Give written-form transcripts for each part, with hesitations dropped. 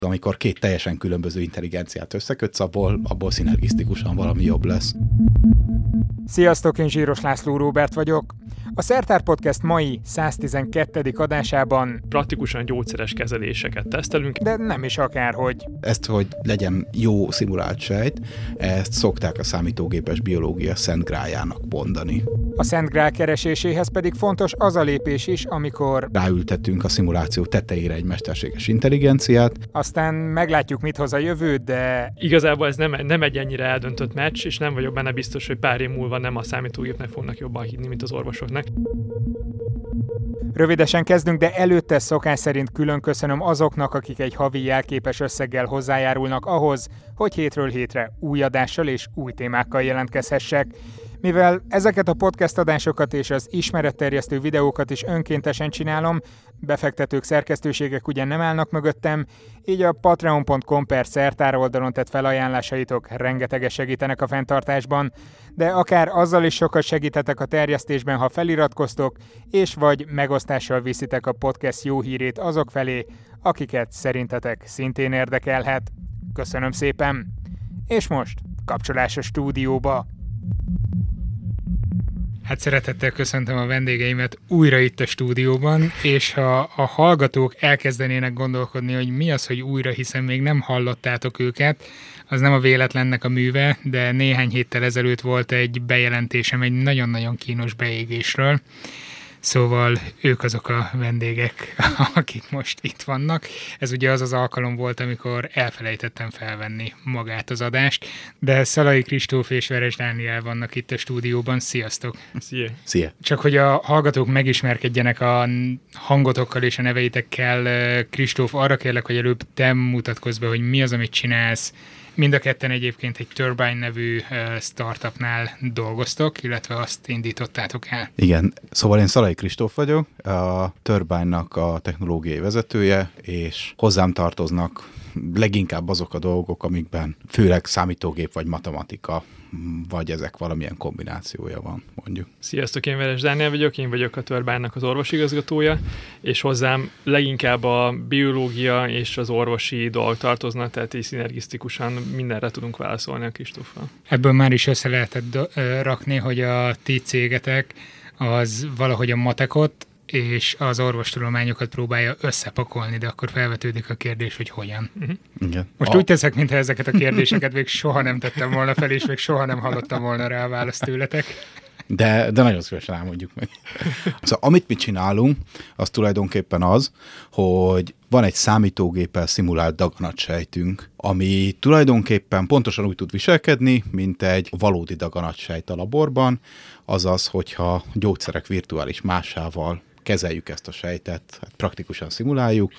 Amikor két teljesen különböző intelligenciát összekötsz, abból szinergisztikusan valami jobb lesz. Sziasztok, én Zsíros László Róbert vagyok. A Szertár Podcast mai 112. adásában praktikusan gyógyszeres kezeléseket tesztelünk. De nem is akárhogy. Ezt, hogy legyen jó szimulált sejt, ezt szokták a számítógépes biológia szent gráljának mondani. A szent grál kereséséhez pedig fontos az a lépés is, amikor ráültetünk a szimuláció tetejére egy mesterséges intelligenciát. Aztán meglátjuk, mit hoz a jövő, de igazából ez nem egy ennyire eldöntött meccs, és nem vagyok benne biztos, hogy pár év múlva nem a számítógépnek fognak jobban hinni, mint az orvosoknak. Rövidesen kezdünk, de előtte szokás szerint külön köszönöm azoknak, akik egy havi jelképes összeggel hozzájárulnak ahhoz, hogy hétről hétre új adással és új témákkal jelentkezhessek. Mivel ezeket a podcast adásokat és az ismeretterjesztő videókat is önkéntesen csinálom, befektetők, szerkesztőségek ugyan nem állnak mögöttem, így a patreon.com/szertár oldalon tett felajánlásaitok rengeteget segítenek a fenntartásban, de akár azzal is sokat segítetek a terjesztésben, ha feliratkoztok, és vagy megosztással viszitek a podcast jó hírét azok felé, akiket szerintetek szintén érdekelhet. Köszönöm szépen! És most kapcsolás a stúdióba! Hát szeretettel köszöntöm a vendégeimet újra itt a stúdióban, és ha a hallgatók elkezdenének gondolkodni, hogy mi az, hogy újra, hiszen még nem hallottátok őket, az nem a véletlennek a műve, de néhány héttel ezelőtt volt egy bejelentésem egy nagyon-nagyon kínos beégésről. Szóval ők azok a vendégek, akik most itt vannak. Ez ugye az az alkalom volt, amikor elfelejtettem felvenni magát az adást, de Szalai Kristóf és Veres Dániel vannak itt a stúdióban. Sziasztok! Szia! Szia! Csak hogy a hallgatók megismerkedjenek a hangotokkal és a neveitekkel, Kristóf, arra kérlek, hogy előbb te mutatkozz be, hogy mi az, amit csinálsz. Mind a ketten egyébként egy Turbine nevű startupnál dolgoztok, illetve azt indítottátok el. Igen, szóval én Szalai Kristóf vagyok, a Turbine-nak a technológiai vezetője, és hozzám tartoznak leginkább azok a dolgok, amikben főleg számítógép vagy matematika, vagy ezek valamilyen kombinációja van, mondjuk. Sziasztok, én Veres Dániel vagyok, én vagyok a Turbine-nak az orvosigazgatója, és hozzám leginkább a biológia és az orvosi dolgok tartoznak, tehát így szinergisztikusan mindenre tudunk válaszolni a Kristóffal. Ebből már is össze lehetett rakni, hogy a ti cégetek az valahogy a matekot és az orvostudományokat próbálja összepakolni, de akkor felvetődik a kérdés, hogy hogyan. Igen. Most úgy teszek, mintha ezeket a kérdéseket még soha nem tettem volna fel, és még soha nem hallottam volna rá a választ tőletek. De nagyon szívesen elmondjuk meg. Szóval amit mi csinálunk, az tulajdonképpen az, hogy van egy számítógéppel szimulált daganatsejtünk, ami tulajdonképpen pontosan úgy tud viselkedni, mint egy valódi daganatsejt a laborban, azaz, hogyha gyógyszerek virtuális másával kezeljük ezt a sejtet, praktikusan szimuláljuk,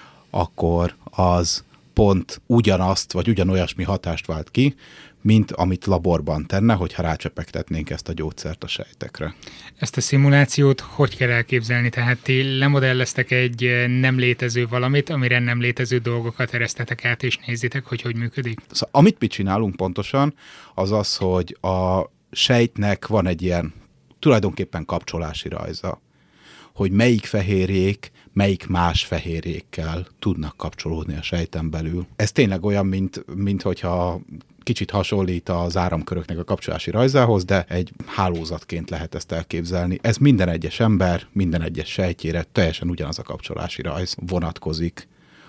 akkor az pont ugyanazt, vagy ugyanolyasmi hatást vált ki, mint amit laborban tenne, hogyha rácsepegtetnénk ezt a gyógyszert a sejtekre. Ezt a szimulációt hogy kell elképzelni? Tehát ti lemodelleztek egy nem létező valamit, amire nem létező dolgokat eresztetek át, és nézitek, hogy hogy működik? Szóval, amit mi csinálunk pontosan, az az, hogy a sejtnek van egy ilyen tulajdonképpen kapcsolási rajza, hogy melyik fehérjék, melyik más fehérjékkel tudnak kapcsolódni a sejten belül. Ez tényleg olyan, mint hogyha kicsit hasonlít az áramköröknek a kapcsolási rajzához, de egy hálózatként lehet ezt elképzelni. Ez minden egyes ember, minden egyes sejtjére teljesen ugyanaz a kapcsolási rajz vonatkozik.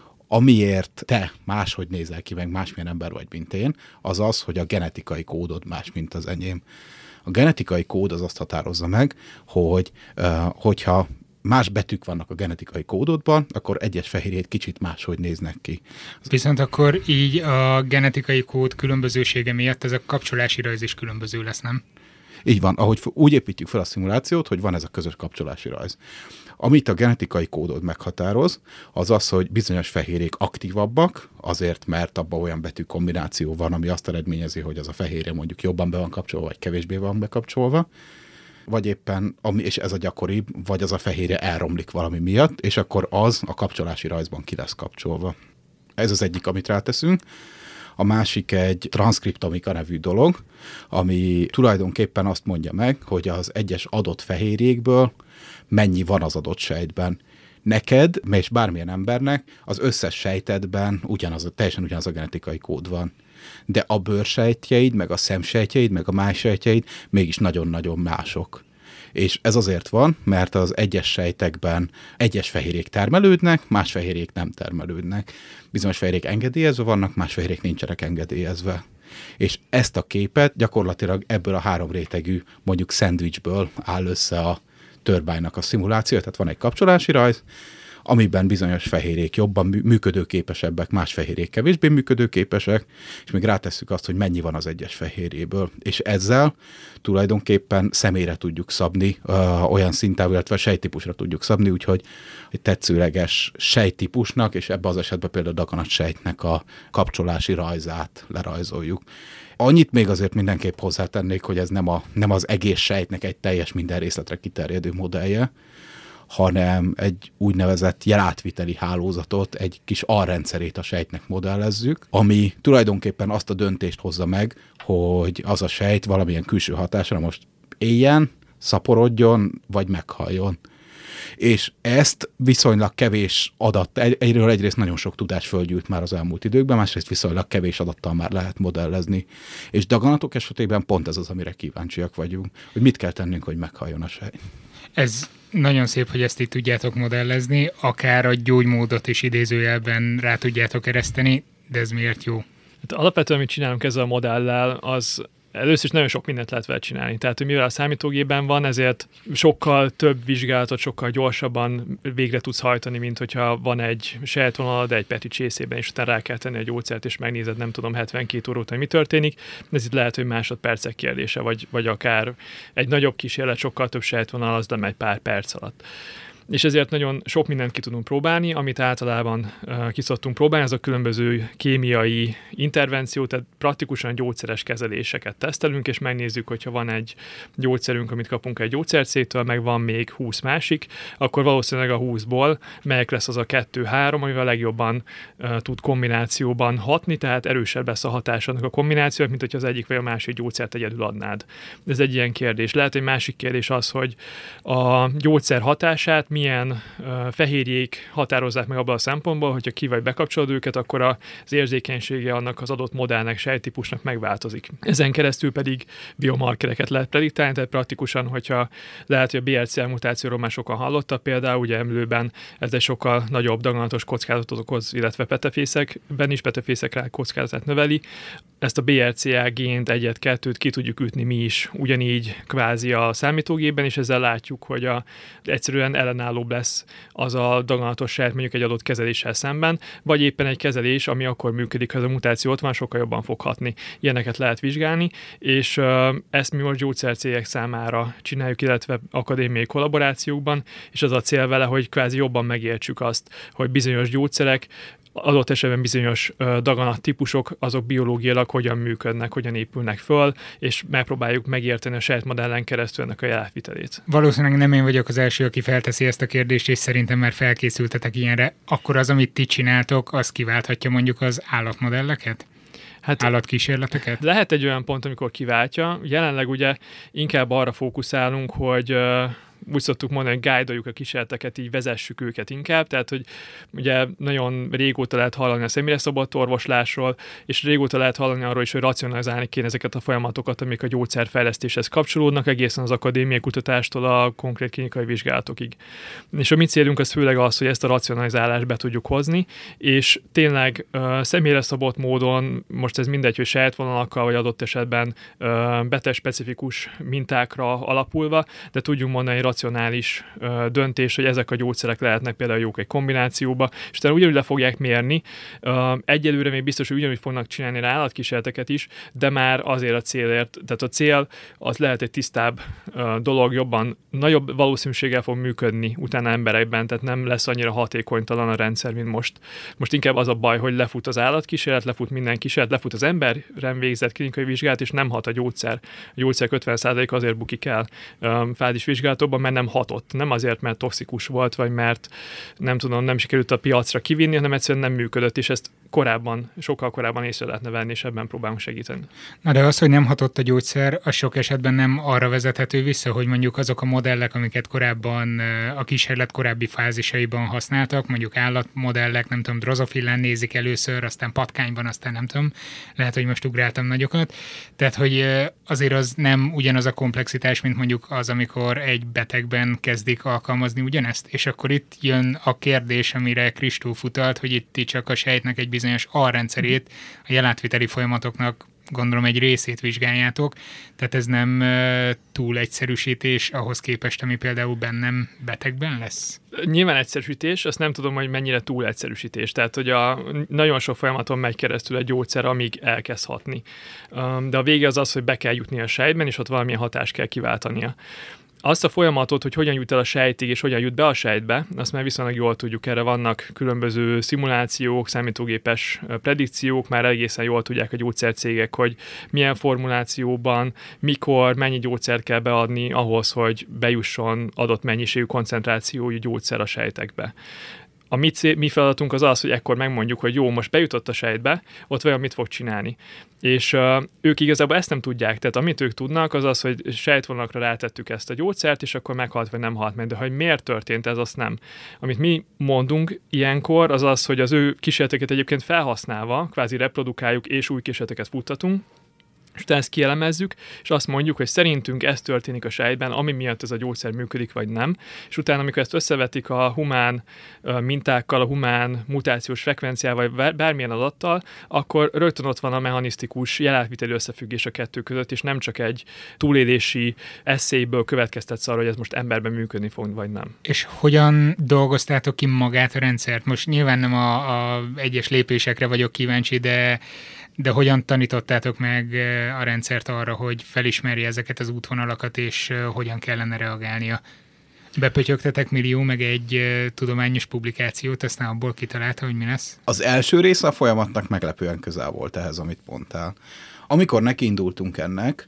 Amiért te máshogy nézel ki, meg másmilyen ember vagy, mint én, az az, hogy a genetikai kódod más, mint az enyém. A genetikai kód az azt határozza meg, hogy hogyha más betűk vannak a genetikai kódodban, akkor egyes fehérjét kicsit máshogy néznek ki. Viszont akkor így a genetikai kód különbözősége miatt ez a kapcsolási rajz is különböző lesz, nem? Így van, ahogy úgy építjük fel a szimulációt, hogy van ez a közös kapcsolási rajz. Amit a genetikai kódod meghatároz, az az, hogy bizonyos fehérjék aktívabbak, azért, mert abban olyan betű kombináció van, ami azt eredményezi, hogy az a fehérje mondjuk jobban be van kapcsolva, vagy kevésbé van bekapcsolva, vagy éppen, és ez a gyakoribb, vagy az a fehérje elromlik valami miatt, és akkor az a kapcsolási rajzban ki lesz kapcsolva. Ez az egyik, amit ráteszünk. A másik egy transzkriptomika nevű dolog, ami tulajdonképpen azt mondja meg, hogy az egyes adott fehérjékből mennyi van az adott sejtben. Neked, és bármilyen embernek az összes sejtedben teljesen ugyanaz a genetikai kód van. De a bőrsejtjeid, meg a szemsejtjeid, meg a májsejtjeid mégis nagyon-nagyon mások. És ez azért van, mert az egyes sejtekben egyes fehérjék termelődnek, más fehérjék nem termelődnek. Bizonyos fehérjék engedélyezve vannak, más fehérjék nincsenek engedélyezve. És ezt a képet gyakorlatilag ebből a 3 rétegű, mondjuk szendvicsből áll össze a Turbine-nak a szimuláció, tehát van egy kapcsolási rajz, amiben bizonyos fehérjék jobban működőképesebbek, más fehérjék kevésbé működőképesek, és még rátesszük azt, hogy mennyi van az egyes fehérjéből. És ezzel tulajdonképpen személyre tudjuk szabni, olyan szinten, illetve sejttípusra tudjuk szabni, úgyhogy egy tetszőleges sejttípusnak, és ebben az esetben például a daganatsejtnek a kapcsolási rajzát lerajzoljuk. Annyit még azért mindenképp hozzátennék, hogy ez nem az egész sejtnek egy teljes minden részletre kiterjedő modellje, hanem egy úgynevezett jelátviteli hálózatot, egy kis alrendszerét a sejtnek modellezzük, ami tulajdonképpen azt a döntést hozza meg, hogy az a sejt valamilyen külső hatásra most éljen, szaporodjon, vagy meghaljon. És ezt viszonylag kevés adat, egyrészt nagyon sok tudás fölgyűlt már az elmúlt időkben, másrészt viszonylag kevés adattal már lehet modellezni. És daganatok esetében pont ez az, amire kíváncsiak vagyunk, hogy mit kell tennünk, hogy meghaljon a sejt. Ez nagyon szép, hogy ezt így tudjátok modellezni, akár a gyógymódot is idézőjelben rá tudjátok ereszteni, de ez miért jó? Hát alapvetően, amit csinálunk ezzel a modellel, az először is nagyon sok mindent lehet vele csinálni. Tehát, hogy mivel a számítógépben van, ezért sokkal több vizsgálatot, sokkal gyorsabban végre tudsz hajtani, mint hogyha van egy sejtvonalad egy Petri csészében, és utána rá kell tenni a gyógyszert, és megnézed, nem tudom, 72 óra után mi történik. Ez itt lehet, hogy másodpercek kérdése, vagy akár egy nagyobb kísérlet, sokkal több sejtvonal, az nem egy pár perc alatt. És ezért nagyon sok mindent ki tudunk próbálni, amit általában ki szoktunk próbálni, az a különböző kémiai intervenció, tehát praktikusan gyógyszeres kezeléseket tesztelünk, és megnézzük, hogyha van egy gyógyszerünk, amit kapunk egy gyógyszercégtől, meg van még 20 másik, akkor valószínűleg a 20-ból melyik lesz az a 2-3, amivel legjobban tud kombinációban hatni, tehát erősebb lesz a hatás annak a kombináció, mint hogyha az egyik vagy a másik gyógyszert egyedül adnád. Ez egy ilyen kérdés. Lehet, egy másik kérdés az, hogy a gyógyszer hatását milyen fehérjék határozzák meg abban a szempontból, hogyha ki vagy bekapcsolod őket, akkor az érzékenysége annak az adott modellnek, sejttípusnak megváltozik. Ezen keresztül pedig biomarkereket lehet prediktálni, tehát praktikusan, hogyha lehet, hogy a BRCA mutációról már sokan hallottak, például ugye emlőben ez egy sokkal nagyobb daganatos kockázatot okoz, illetve petefészekben is petefészek kockázatát növeli. Ezt a BRCA gént, 1-2-t ki tudjuk ütni mi is ugyanígy kvázi a számítógépben, és ezzel látjuk, hogy egyszerűen ellenállóbb lesz az a daganatos sejt mondjuk egy adott kezeléssel szemben, vagy éppen egy kezelés, ami akkor működik, ha ez a mutáció ott van, sokkal jobban fog hatni. Ilyeneket lehet vizsgálni, és ezt mi most gyógyszercégek számára csináljuk, illetve akadémiai kollaborációkban, és az a cél vele, hogy kvázi jobban megértsük azt, hogy bizonyos gyógyszerek, adott esetben bizonyos daganattípusok, azok biológiailag hogyan működnek, hogyan épülnek föl, és megpróbáljuk megérteni a sejtmodellen keresztül ennek a jelátvitelét. Valószínűleg nem én vagyok az első, aki felteszi ezt a kérdést, és szerintem már felkészültetek ilyenre. Akkor az, amit ti csináltok, az kiválthatja mondjuk az állatmodelleket? Hát állatkísérleteket? Lehet egy olyan pont, amikor kiváltja. Jelenleg ugye inkább arra fókuszálunk, hogy úgy szoktuk mondani, hogy guide-oljuk a kísérleteket, így vezessük őket inkább, tehát hogy ugye nagyon régóta lehet hallani a személyre szabott orvoslásról, és régóta lehet hallani arról is, hogy racionalizálni kéne ezeket a folyamatokat, amik a gyógyszerfejlesztéshez kapcsolódnak, egészen az akadémiai kutatástól a konkrét klinikai vizsgálatokig. És a mi célunk az főleg az, hogy ezt a racionalizálást be tudjuk hozni, és tényleg személyre szabott módon, most ez mindegy, hogy sejtvonalakkal, vagy adott esetben betegspecifikus mintákra alapulva, de tudjunk mondani racionális döntés, hogy ezek a gyógyszerek lehetnek például jók egy kombinációba, és utána ugyanúgy le fogják mérni. Egyelőre még biztos, hogy ugyanúgy fognak csinálni rá állatkísérleteket is, de már azért a célért, tehát a cél az lehet egy tisztább dolog, jobban, nagyobb valószínűséggel fog működni utána emberekben, tehát nem lesz annyira hatékonytalan a rendszer, mint most. Most inkább az a baj, hogy lefut az állatkísérlet, lefut minden kísérlet, lefut az emberren végzett klinikai vizsgálat, és nem hat a gyógyszer. A gyógyszer 50% azért bukik el fázisvizsgálatokban, mert nem hatott. Nem azért, mert toxikus volt, vagy mert nem tudom, nem sikerült a piacra kivinni, hanem egyszerűen nem működött, és ezt sokkal korábban észre lehetne venni, és ebben próbálunk segíteni. Na de az, hogy nem hatott a gyógyszer, az sok esetben nem arra vezethető vissza, hogy mondjuk azok a modellek, amiket korábban a kísérlet korábbi fázisaiban használtak, mondjuk állatmodellek, nem tudom, drozofilán nézik először, aztán patkányban, aztán nem tudom, lehet, hogy most ugráltam nagyokat. Tehát, hogy azért az nem ugyanaz a komplexitás, mint mondjuk az, amikor egy betegben kezdik alkalmazni ugyanezt. És akkor itt jön a kérdés, amire Kristóf utalt, hogy itt csak a sejtnek egy bizonyos alrendszerét, a jelátviteli folyamatoknak gondolom egy részét vizsgáljátok, tehát ez nem túl egyszerűsítés ahhoz képest, ami például bennem betegben lesz? Nyilván egyszerűsítés, azt nem tudom, hogy mennyire túl egyszerűsítés. Tehát, hogy nagyon sok folyamaton megy keresztül egy gyógyszer, amíg elkezd hatni. De a vége az, hogy be kell jutni a sejtben, és ott valamilyen hatást kell kiváltania. Azt a folyamatot, hogy hogyan jut el a sejtig, és hogyan jut be a sejtbe, azt már viszonylag jól tudjuk. Erre vannak különböző szimulációk, számítógépes predikciók, már egészen jól tudják a gyógyszercégek, hogy milyen formulációban, mikor, mennyi gyógyszert kell beadni ahhoz, hogy bejusson adott mennyiségű koncentrációjú gyógyszer a sejtekbe. A mi feladatunk az az, hogy ekkor megmondjuk, hogy jó, most bejutott a sejtbe, ott vajon mit fog csinálni. És ők igazából ezt nem tudják, tehát amit ők tudnak, az az, hogy sejtvonalakra rátettük ezt a gyógyszert, és akkor meghalt vagy nem halt meg, de hogy miért történt ez, azt nem. Amit mi mondunk ilyenkor, az az, hogy az ő kísérleteket egyébként felhasználva, kvázi reprodukáljuk és új kísérleteket futtatunk, és utána ezt kielemezzük, és azt mondjuk, hogy szerintünk ez történik a sejtben, ami miatt ez a gyógyszer működik, vagy nem. És utána, amikor ezt összevetik a humán mintákkal, a humán mutációs frekvenciával, vagy bármilyen adattal, akkor rögtön ott van a mechanisztikus jelátviteli összefüggés a kettő között, és nem csak egy túlélési eszélyből következtetsz arra, hogy ez most emberben működni fog, vagy nem. És hogyan dolgoztátok ki magát a rendszert? Most nyilván nem a egyes lépésekre vagyok kíváncsi, de hogyan tanítottátok meg a rendszert arra, hogy felismerje ezeket az útvonalakat, és hogyan kellene reagálnia? Bepötyögtetek millió, meg egy tudományos publikációt, aztán abból kitalálta, hogy mi lesz? Az első része a folyamatnak meglepően közel volt ehhez, amit mondtál. Amikor nekiindultunk ennek,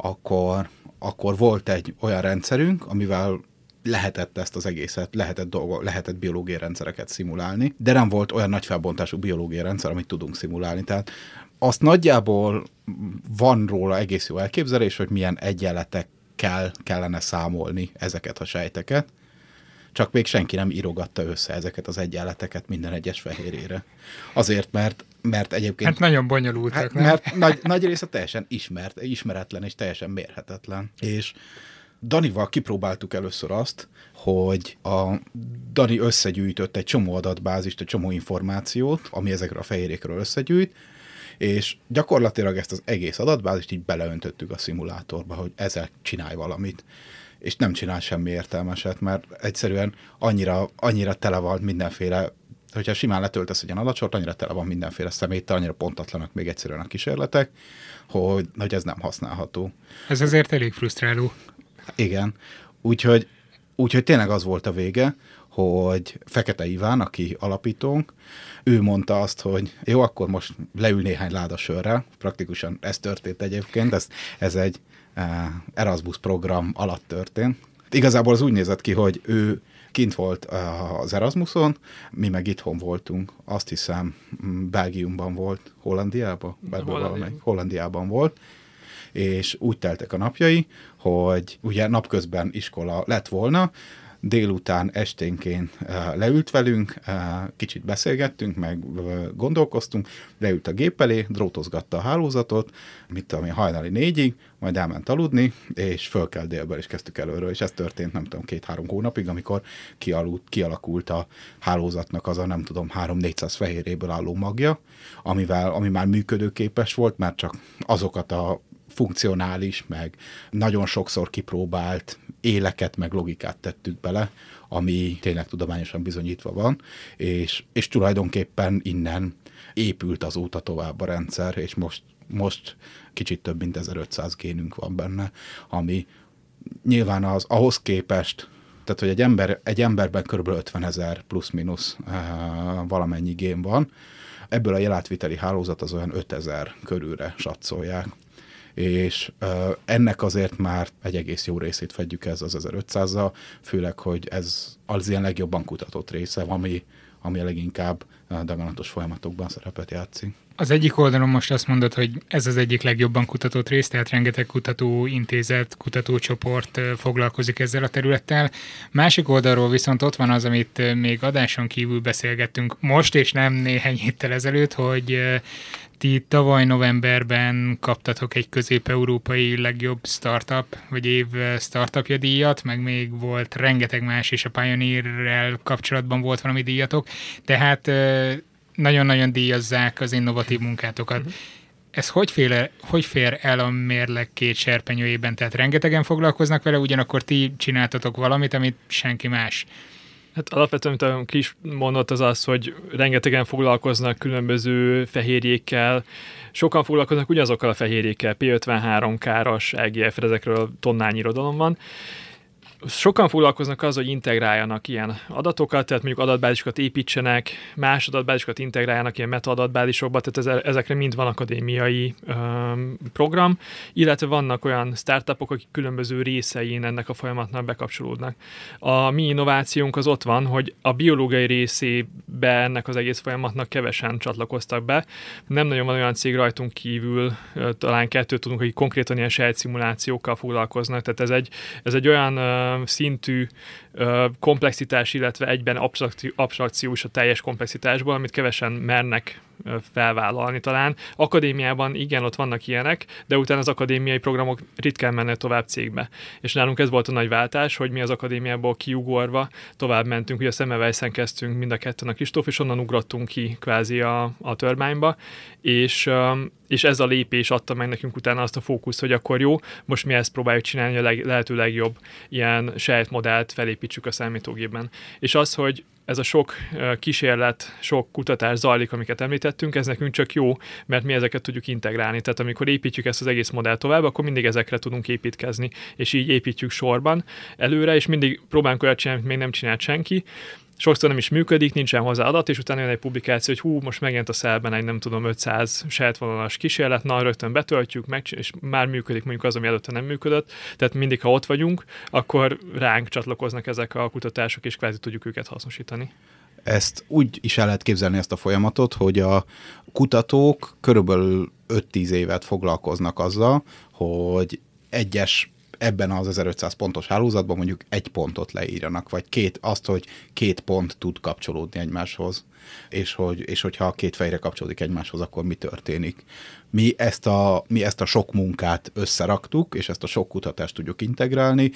akkor volt egy olyan rendszerünk, amivel lehetett ezt az egészet, lehetett biológiai rendszereket szimulálni, de nem volt olyan nagy felbontású biológiai rendszer, amit tudunk szimulálni. Tehát azt nagyjából van róla egész jó elképzelés, hogy milyen egyenletekkel kellene számolni ezeket a sejteket, csak még senki nem írogatta össze ezeket az egyenleteket minden egyes fehérjére. Azért, mert egyébként... Hát nagyon bonyolultak, nem? Mert nagy része teljesen ismeretlen és teljesen mérhetetlen. És Danival kipróbáltuk először azt, hogy a Dani összegyűjtött egy csomó adatbázist, egy csomó információt, ami ezekről a fehérjékről összegyűjt, és gyakorlatilag ezt az egész adatbázist így beleöntöttük a szimulátorba, hogy ezzel csinálj valamit. És nem csinál semmi értelmeset, mert egyszerűen annyira tele van mindenféle, hogyha simán letöltesz egy ilyen adatsort, annyira tele van mindenféle szeméttel, annyira pontatlanak még egyszerűen a kísérletek, hogy ez nem használható. Ez azért elég frusztráló. Igen. Úgyhogy tényleg az volt a vége, hogy Fekete Iván, aki alapítónk, ő mondta azt, hogy jó, akkor most leül néhány láda sörrel, praktikusan ez történt egyébként, ez egy Erasmus program alatt történt. Igazából az úgy nézett ki, hogy ő kint volt az Erasmuson, mi meg itthon voltunk, azt hiszem Belgiumban volt, Hollandiában volt, és úgy teltek a napjai, hogy ugye napközben iskola lett volna, délután esténként leült velünk, kicsit beszélgettünk, meg gondolkoztunk, leült a gép elé, drótozgatta a hálózatot, hajnali 4-ig, majd elment aludni, és fölkelt délből, és kezdtük előről, és ez történt, nem tudom, 2-3 hónapig, amikor kialakult a hálózatnak az a, nem tudom, 300-400 fehérjéből álló magja, ami már működőképes volt, mert csak azokat a funkcionális, meg nagyon sokszor kipróbált éleket, meg logikát tettük bele, ami tényleg tudományosan bizonyítva van, és tulajdonképpen innen épült azóta tovább a rendszer, és most kicsit több mint 1500 génünk van benne, ami nyilván ahhoz képest, tehát hogy egy emberben kb. 50 000 plusz-minusz valamennyi gén van, ebből a jelátviteli hálózat az olyan 5000 körülre satszolják. És ennek azért már egy egész jó részét fedjük ez az 1500-zal, főleg, hogy ez az ilyen legjobban kutatott része, ami a leginkább daganatos folyamatokban szerepet játszik. Az egyik oldalon most azt mondod, hogy ez az egyik legjobban kutatott rész, tehát rengeteg kutatóintézet, kutatócsoport foglalkozik ezzel a területtel. Másik oldalról viszont ott van az, amit még adáson kívül beszélgettünk most, és nem néhány héttel ezelőtt, hogy ti tavaly novemberben kaptatok egy közép-európai legjobb startup, vagy év startupja díjat, meg még volt rengeteg más, és a Pioneer-rel kapcsolatban volt valami díjatok, tehát nagyon-nagyon díjazzák az innovatív munkátokat. Ez hogy fér el a mérleg két serpenyőjében? Tehát rengetegen foglalkoznak vele, ugyanakkor ti csináltatok valamit, amit senki más. Hát alapvetően, amit a Kis mondott, az az, hogy rengetegen foglalkoznak különböző fehérjékkel, sokan foglalkoznak ugyanazokkal a fehérjékkel, P53, káros, EGF, ezekről tonnányi irodalom van. Sokan foglalkoznak azzal, hogy integráljanak ilyen adatokat, tehát mondjuk adatbázisokat építsenek, más adatbázisokat integráljanak ilyen meta-adatbázisokba, tehát ezekre mind van akadémiai program, illetve vannak olyan startupok, akik különböző részein ennek a folyamatnak bekapcsolódnak. A mi innovációnk az ott van, hogy a biológiai részébe ennek az egész folyamatnak kevesen csatlakoztak be. Nem nagyon van olyan cég rajtunk kívül, talán 2 tudunk, akik konkrétan ilyen sejtszimulációkkal foglalkoznak, tehát ez egy olyan szintű komplexitás, illetve egyben abstrakciós a teljes komplexitásból, amit kevesen mernek felvállalni talán. Akadémiában igen, ott vannak ilyenek, de utána az akadémiai programok ritkán mennek tovább cégbe. És nálunk ez volt a nagy váltás, hogy mi az akadémiából kiugorva tovább mentünk, ugye a Semmelweisen kezdtünk mind a ketten a Kristóf, és onnan ugrottunk ki kvázi a turbine-ba, és ez a lépés adta meg nekünk utána azt a fókuszt, hogy akkor jó, most mi ezt próbáljuk csinálni, a lehető legjobb ilyen sejtmodellt felépítsük a számítógépben. És az, hogy ez a sok kísérlet, sok kutatás zajlik, amiket említettünk, ez nekünk csak jó, mert mi ezeket tudjuk integrálni. Tehát amikor építjük ezt az egész modellt tovább, akkor mindig ezekre tudunk építkezni, és így építjük sorban előre, és mindig próbálunk olyat csinálni, amit még nem csinált senki. Sokszor nem is működik, nincsen hozzá adat, és utána jön egy publikáció, hogy most megjelent a Cellben egy 500 sejtvonalas kísérlet, rögtön betöltjük, és már működik mondjuk az, ami előtte nem működött. Tehát mindig, ha ott vagyunk, akkor ránk csatlakoznak ezek a kutatások, és kvázi tudjuk őket hasznosítani. Ezt úgy is el lehet képzelni ezt a folyamatot, hogy a kutatók körülbelül 5-10 évet foglalkoznak azzal, hogy ebben az 1500 pontos hálózatban mondjuk 1 pontot leírjanak, vagy azt, hogy 2 pont tud kapcsolódni egymáshoz, és hogyha 2 fehérje kapcsolódik egymáshoz, akkor mi történik. Mi ezt a sok munkát összeraktuk, és ezt a sok kutatást tudjuk integrálni,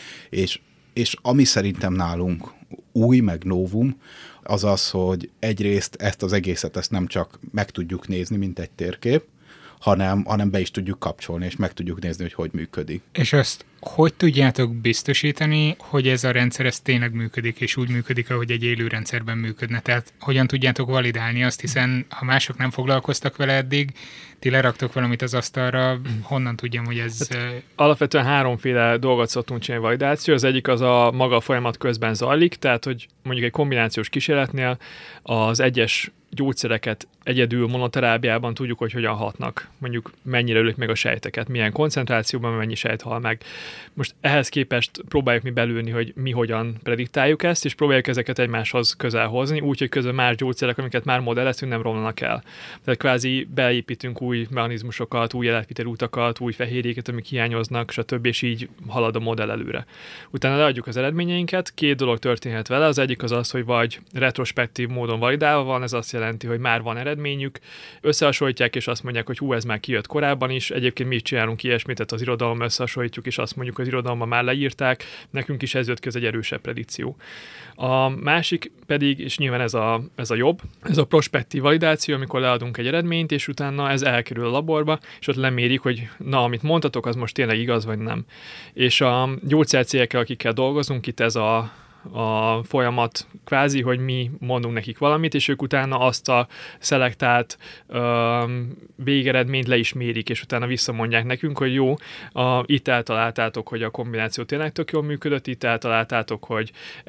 és ami szerintem nálunk új, meg novum, az az, hogy egyrészt ezt az egészet nem csak meg tudjuk nézni, mint egy térkép, hanem be is tudjuk kapcsolni, és meg tudjuk nézni, hogy működik. És azt hogy tudjátok biztosítani, hogy ez a rendszer tényleg működik, és úgy működik, ahogy egy élő rendszerben működne? Tehát hogyan tudjátok validálni azt, hiszen ha mások nem foglalkoztak vele eddig, ti leraktok valamit az asztalra, honnan tudjam, hogy ez... Alapvetően 3 dolgot szoktunk csinálni validáció. Az egyik az a maga folyamat közben zajlik, tehát hogy mondjuk egy kombinációs kísérletnél az egyes gyógyszereket egyedül monoterápiában tudjuk, hogy hogyan hatnak. Mondjuk mennyire ölik meg a sejteket, milyen koncentrációban, mennyi sejt hal meg. Most ehhez képest próbáljuk mi belülni, hogy mi hogyan prediktáljuk ezt, és próbáljuk ezeket egymáshoz közel hozni, úgyhogy közben más gyógyszerek, amiket már modelleztünk, nem romlanak el. Tehát kvázi beépítünk új mechanizmusokat, új életvitelútakat, új fehérjéket, amik hiányoznak, stb. És így halad a modell előre. Utána leadjuk az eredményeinket, 2 dolog történhet vele, az egyik az, hogy vagy retrospektív módon validálva van, ez azt jelenti, hogy már van eredményük, összehasonlítják, és azt mondják, hogy ez már kijött korábban is. Egyébként mi is csinálunk ilyesmit, tehát az irodalom összehasonlítjuk, és azt mondjuk, hogy az irodalomban már leírták, nekünk is ez jött ki, ez egy erősebb predikció. A másik pedig, és nyilván ez a jobb, ez a prospektív validáció, amikor leadunk egy eredményt, és utána ez elkerül a laborba, és ott lemérik, hogy amit mondtatok, az most tényleg igaz, vagy nem. És a gyógyszercégekkel, akikkel dolgozunk, itt ez a folyamat kvázi, hogy mi mondunk nekik valamit, és ők utána azt a szelektált végeredményt le is mérik, és utána visszamondják nekünk, hogy jó, itt eltaláltátok, hogy a kombináció tényleg tök jól működött, itt eltaláltátok, hogy ez egy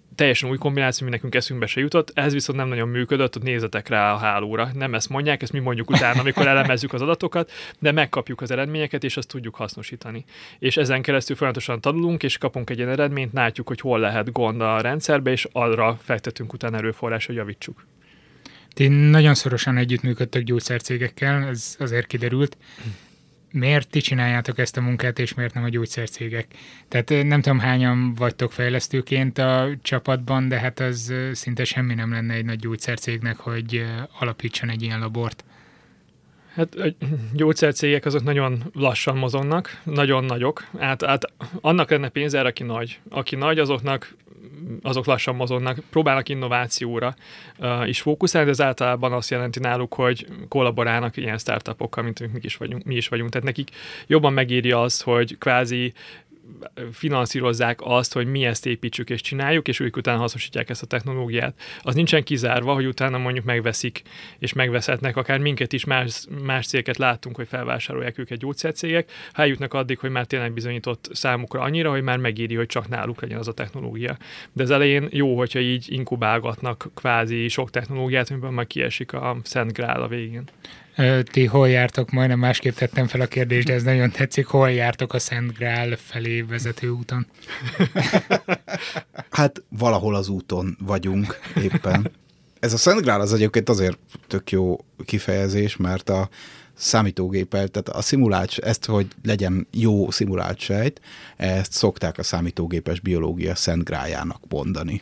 teljesen új kombináció, ami nekünk eszünkbe se jutott, ez viszont nem nagyon működött, ott nézzetek rá a hálóra. Nem ezt mondják, ezt mi mondjuk utána, amikor elemezzük az adatokat, de megkapjuk az eredményeket, és azt tudjuk hasznosítani. És ezen keresztül folyamatosan tanulunk, és kapunk egy ilyen eredményt, látjuk, hogy hol lehet gond a rendszerbe, és arra fektetünk utána erőforrás, hogy javítsuk. Ti nagyon szorosan együttműködtök gyógyszercégekkel, ez azért kiderült. Miért ti csináljátok ezt a munkát, és miért nem a gyógyszercégek? Tehát nem tudom, hányan vagytok fejlesztőként a csapatban, de hát az szinte semmi nem lenne egy nagy gyógyszercégnek, hogy alapítson egy ilyen labort. Hát a gyógyszercégek azok nagyon lassan mozognak, nagyon nagyok. Annak lenne pénz erre, aki nagy. Aki nagy, azok lassan mozognak, próbálnak innovációra is fókuszálni, de ez általában azt jelenti náluk, hogy kollaborálnak ilyen startupokkal, mint mi is vagyunk. Tehát nekik jobban megéri az, hogy kvázi finanszírozzák azt, hogy mi ezt építsük és csináljuk, és ők utána hasznosítják ezt a technológiát. Az nincsen kizárva, hogy utána mondjuk megveszik, és megveszhetnek akár minket is, más cégeket láttunk, hogy felvásárolják őket gyógyszercégek, ha eljutnak addig, hogy már tényleg bizonyított számukra annyira, hogy már megéri, hogy csak náluk legyen az a technológia. De az elején jó, hogyha így inkubálgatnak kvázi sok technológiát, amiben majd kiesik a Szent Grál a végén. Ti hol jártok? Majdnem másképp tettem fel a kérdést, de ez nagyon tetszik. Hol jártok a Szent Grál felé vezető úton? Hát valahol az úton vagyunk éppen. Ez a Szent Grál az egyébként azért tök jó kifejezés, mert a számítógépel, tehát a szimulált, ezt, hogy legyen jó szimulált sejt, ezt szokták a számítógépes biológia Szent Gráljának mondani.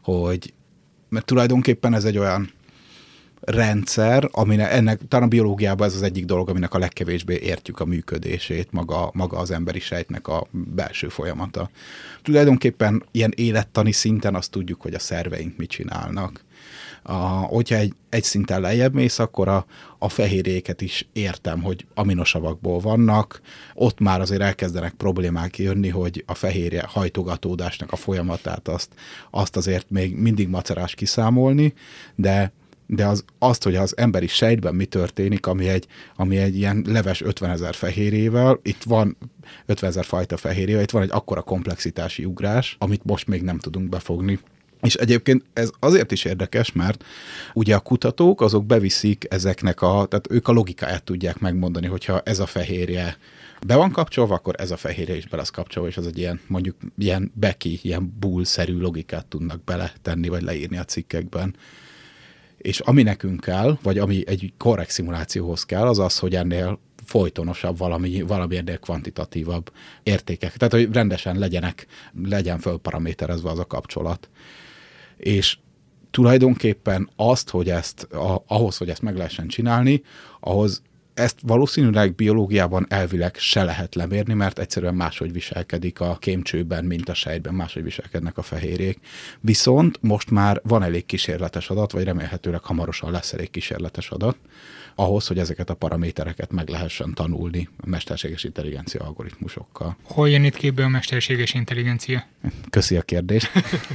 Mert tulajdonképpen ez egy olyan rendszer, aminek ennek talán a biológiában ez az egyik dolog, aminek a legkevésbé értjük a működését, maga az emberi sejtnek a belső folyamata. Tulajdonképpen ilyen élettani szinten azt tudjuk, hogy a szerveink mit csinálnak. Hogyha egy szinten lejjebb mész, akkor a fehérjéket is értem, hogy aminosavakból vannak, ott már azért elkezdenek problémák jönni, hogy a fehérje hajtogatódásnak a folyamatát azt azért még mindig macerás kiszámolni, de azt, hogy az emberi sejtben mi történik, ami egy ilyen leves 50 000 fehérjével, itt van 50 000 fajta fehérjével, itt van egy akkora komplexitási ugrás, amit most még nem tudunk befogni. És egyébként ez azért is érdekes, mert ugye a kutatók azok beviszik ezeknek tehát ők a logikáját tudják megmondani, hogyha ez a fehérje be van kapcsolva, akkor ez a fehérje is be lesz kapcsolva, és az egy ilyen, mondjuk ilyen ilyen bull-szerű logikát tudnak beletenni, vagy leírni a cikkekben. És ami nekünk kell, vagy ami egy korrekt szimulációhoz kell, az az, hogy ennél folytonosabb, valami ennél kvantitatívabb értékek. Tehát, hogy rendesen legyen fölparaméterezve az a kapcsolat. És tulajdonképpen azt, hogy ahhoz, hogy ezt meg lehessen csinálni, ahhoz ezt valószínűleg biológiában elvileg se lehet lemérni, mert egyszerűen máshogy viselkedik a kémcsőben, mint a sejtben, máshogy viselkednek a fehérjék. Viszont most már van elég kísérletes adat, vagy remélhetőleg hamarosan lesz elég kísérletes adat, ahhoz, hogy ezeket a paramétereket meg lehessen tanulni a mesterséges intelligencia algoritmusokkal. Hol jön itt képbe a mesterséges intelligencia? Köszi a kérdést.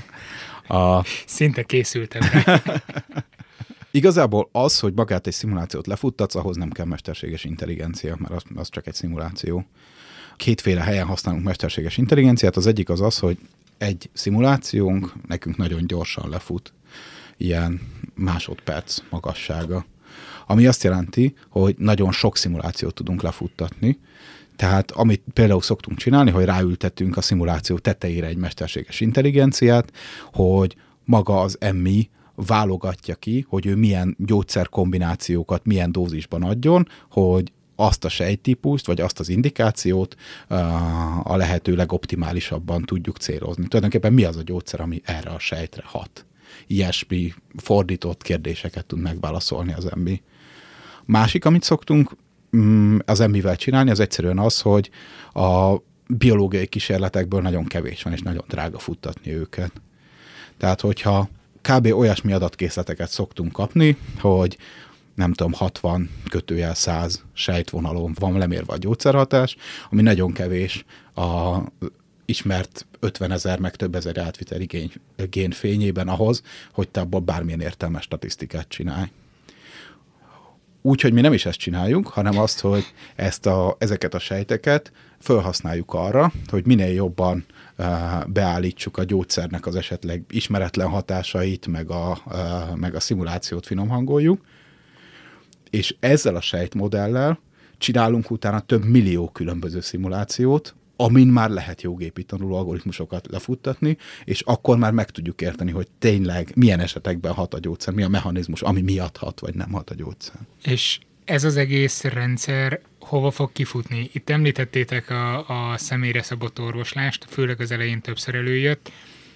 Szinte készültem rá. Igazából az, hogy magát egy szimulációt lefuttatsz, ahhoz nem kell mesterséges intelligencia, mert az csak egy szimuláció. Kétféle helyen használunk mesterséges intelligenciát. Az egyik az, hogy egy szimulációnk nekünk nagyon gyorsan lefut, ilyen másodperc magassága. Ami azt jelenti, hogy nagyon sok szimulációt tudunk lefuttatni. Tehát amit például szoktunk csinálni, hogy ráültetünk a szimuláció tetejére egy mesterséges intelligenciát, hogy maga az MI válogatja ki, hogy ő milyen gyógyszerkombinációkat milyen dózisban adjon, hogy azt a sejttípust, vagy azt az indikációt a lehető legoptimálisabban tudjuk célozni. Tulajdonképpen mi az a gyógyszer, ami erre a sejtre hat? Ilyesmi fordított kérdéseket tud megválaszolni az MI. Másik, amit szoktunk az MI-vel csinálni, az egyszerűen az, hogy a biológiai kísérletekből nagyon kevés van, és nagyon drága futtatni őket. Tehát, hogyha kb. Olyasmi adatkészleteket szoktunk kapni, hogy nem tudom, 60/100 sejtvonalon van lemérve a gyógyszerhatás, ami nagyon kevés a ismert 50 000 meg több ezer átviteli gén fényében ahhoz, hogy te abból bármilyen értelmes statisztikát csinálj. úgy, hogy mi nem is ezt csináljuk, hanem azt, hogy ezeket a sejteket felhasználjuk arra, hogy minél jobban beállítsuk a gyógyszernek az esetleg ismeretlen hatásait, meg a szimulációt finomhangoljuk, és ezzel a sejtmodellel csinálunk utána több millió különböző szimulációt, amin már lehet jó gépi tanuló algoritmusokat lefuttatni, és akkor már meg tudjuk érteni, hogy tényleg milyen esetekben hat a gyógyszer, mi a mechanizmus, ami miatt hat, vagy nem hat a gyógyszer. És ez az egész rendszer hova fog kifutni? Itt említettétek a személyre szabott orvoslást, főleg az elején többször előjött.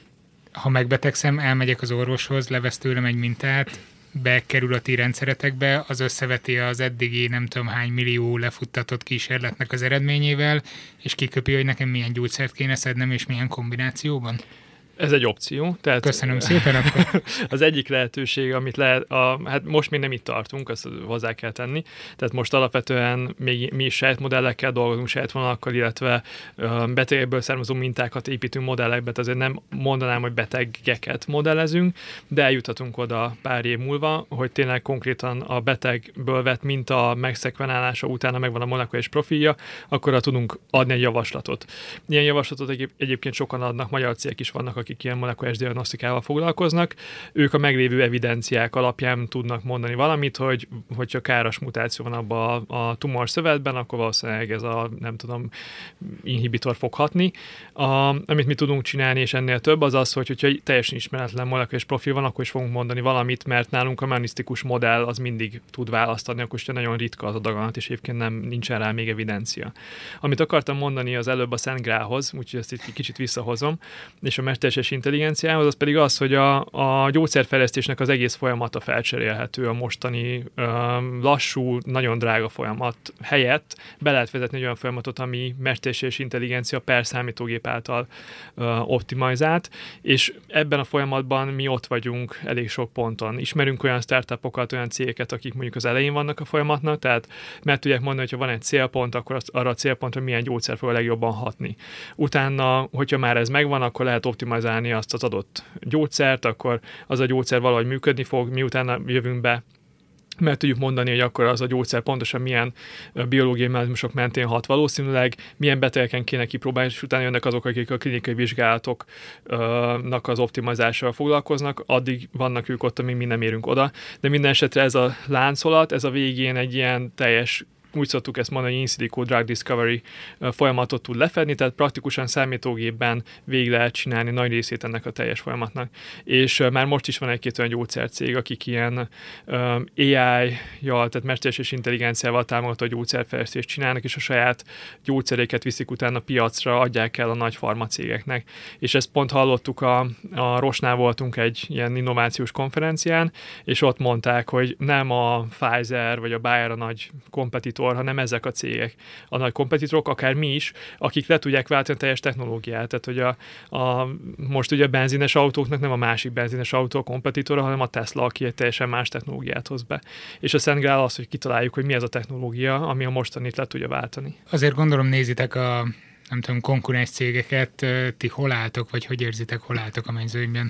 Ha megbetegszem, elmegyek az orvoshoz, levesz tőlem egy mintát, bekerül a ti rendszeretekbe, az összeveti az eddigi nem tudom hány millió lefuttatott kísérletnek az eredményével, és kiköpi, hogy nekem milyen gyógyszert kéne szednem, és milyen kombinációban? Ez egy opció. Tehát köszönöm szépen. Akkor. Az egyik lehetőség, amit lehet, hát most még nem itt tartunk, azt hozzá kell tenni. Tehát most alapvetően még mi is sejtmodellekkel dolgozunk, sejtvonalakkal, illetve betegekből származó mintákat építünk modellekbe, tehát azért nem mondanám, hogy betegeket modellezünk, de eljuthatunk oda pár év múlva, hogy tényleg konkrétan a betegből vett minta megszekvenálása utána megvan a molekuláris profilja, akkor tudunk adni egy javaslatot. Ilyen javaslatot egyébként sokan adnak, magyar cégek is vannak, akik ilyen molekuláris diagnosztikával foglalkoznak, ők a meglévő evidenciák alapján tudnak mondani valamit, hogyha káros mutáció van abban a tumor szövetben, akkor valószínűleg ez a, nem tudom, inhibitor fog hatni. Amit mi tudunk csinálni, és ennél több, az az, hogyha teljesen ismeretlen molekuláris profil van, akkor is fogunk mondani valamit, mert nálunk a mechanisztikus modell az mindig tud választani, akkor is nagyon ritka az a daganat, és egyébként nincsen rá még evidencia. Amit akartam mondani az előbb a Szent Grálhoz, úgyhogy ezt itt kicsit visszahozom, és a mesterséges intelligenciához, az pedig az, hogy a gyógyszerfejlesztésnek az egész folyamata felcserélhető a mostani lassú, nagyon drága folyamat helyett. Be lehet vezetni egy olyan folyamatot, ami mesterséges intelligencia per számítógép által optimalizált, és ebben a folyamatban mi ott vagyunk elég sok ponton. Ismerünk olyan startupokat, olyan cégeket, akik mondjuk az elején vannak a folyamatnak, tehát meg tudják mondani, hogy ha van egy célpont, akkor arra a célpontra milyen gyógyszer fog a legjobban hatni. Utána, hogyha már ez megvan, akkor lehet optimalizálni azt az adott gyógyszert, akkor az a gyógyszer valahogy működni fog, miután jövünk be, mert tudjuk mondani, hogy akkor az a gyógyszer pontosan milyen biológiai mechanizmusok mentén hat valószínűleg, milyen betegeken kéne kipróbálni, és utána jönnek azok, akik a klinikai vizsgálatoknak az optimalizásával foglalkoznak, addig vannak ők ott, amíg mi nem érünk oda, de minden esetre ez a láncolat, ez a végén egy ilyen teljes, úgy szoktuk ezt mondani, hogy in silico drug discovery folyamatot tud lefedni, tehát praktikusan számítógépben végig lehet csinálni nagy részét ennek a teljes folyamatnak. És már most is van egy-két olyan gyógyszercég, akik ilyen AI-jal, tehát mesterséges intelligenciával támogató gyógyszerfejlesztést csinálnak, és a saját gyógyszeréket viszik utána piacra, adják el a nagy farmacégeknek. És ezt pont hallottuk, a Roche-nál voltunk egy ilyen innovációs konferencián, és ott mondták, hogy nem a Pfizer vagy a Bayer a nagy kompetitor, hanem ezek a cégek, a nagy kompetitorok, akár mi is, akik le tudják váltani a teljes technológiát. Tehát, hogy most ugye a benzines autóknak nem a másik benzines autó a kompetitora, hanem a Tesla, aki egy teljesen más technológiát hoz be. És a Szent Grál az, hogy kitaláljuk, hogy mi ez a technológia, ami a mostanit le tudja váltani. Azért gondolom nézitek a, nem tudom, konkurens cégeket, ti hol álltok, vagy hogy érzitek, hol álltok a mezőnyben?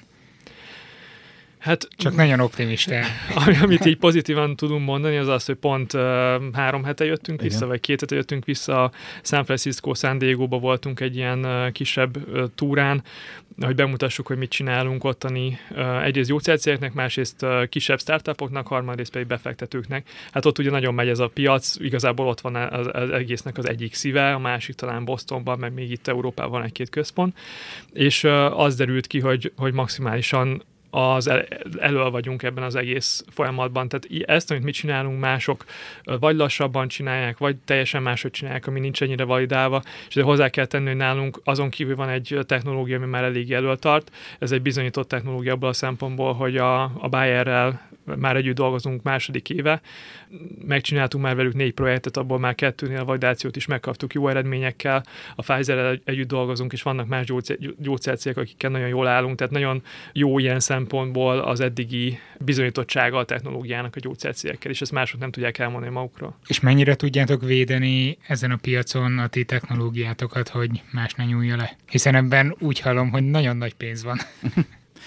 Hát, csak nagyon optimista. Amit így pozitívan tudunk mondani, az az, hogy pont 3 hete jöttünk vissza, vagy 2 hete jöttünk vissza, San Francisco, San Diego-ba voltunk egy ilyen kisebb túrán, hogy bemutassuk, hogy mit csinálunk ottani egyrészt gyógyszercégeknek, másrészt kisebb startupoknak, harmadrészt pedig befektetőknek. Hát ott ugye nagyon megy ez a piac, igazából ott van az egésznek az egyik szíve, a másik talán Bostonban, meg még itt Európában van egy-két központ, és az derült ki, hogy maximálisan elől vagyunk ebben az egész folyamatban. Tehát ezt, amit mi csinálunk, mások vagy lassabban csinálják, vagy teljesen máshogy csinálják, ami nincs ennyire validálva, és hozzá kell tenni, hogy nálunk azon kívül van egy technológia, ami már elég elől tart. Ez egy bizonyított technológia abból a szempontból, hogy a Bayerrel már együtt dolgozunk második éve. Megcsináltunk már velük 4 projektet, abból már 2-nél a validációt is megkaptuk jó eredményekkel. A Pfizerrel együtt dolgozunk, és vannak más gyógyszercégek, akikkel nagyon jól állunk, tehát nagyon jó ilyen szempontból az eddigi bizonyítottsága a technológiának a gyógyszercégekkel, és ezt mások nem tudják elmondani magukról. És mennyire tudjátok védeni ezen a piacon a ti technológiátokat, hogy más ne nyúlja le? Hiszen ebben úgy hallom, hogy nagyon nagy pénz van.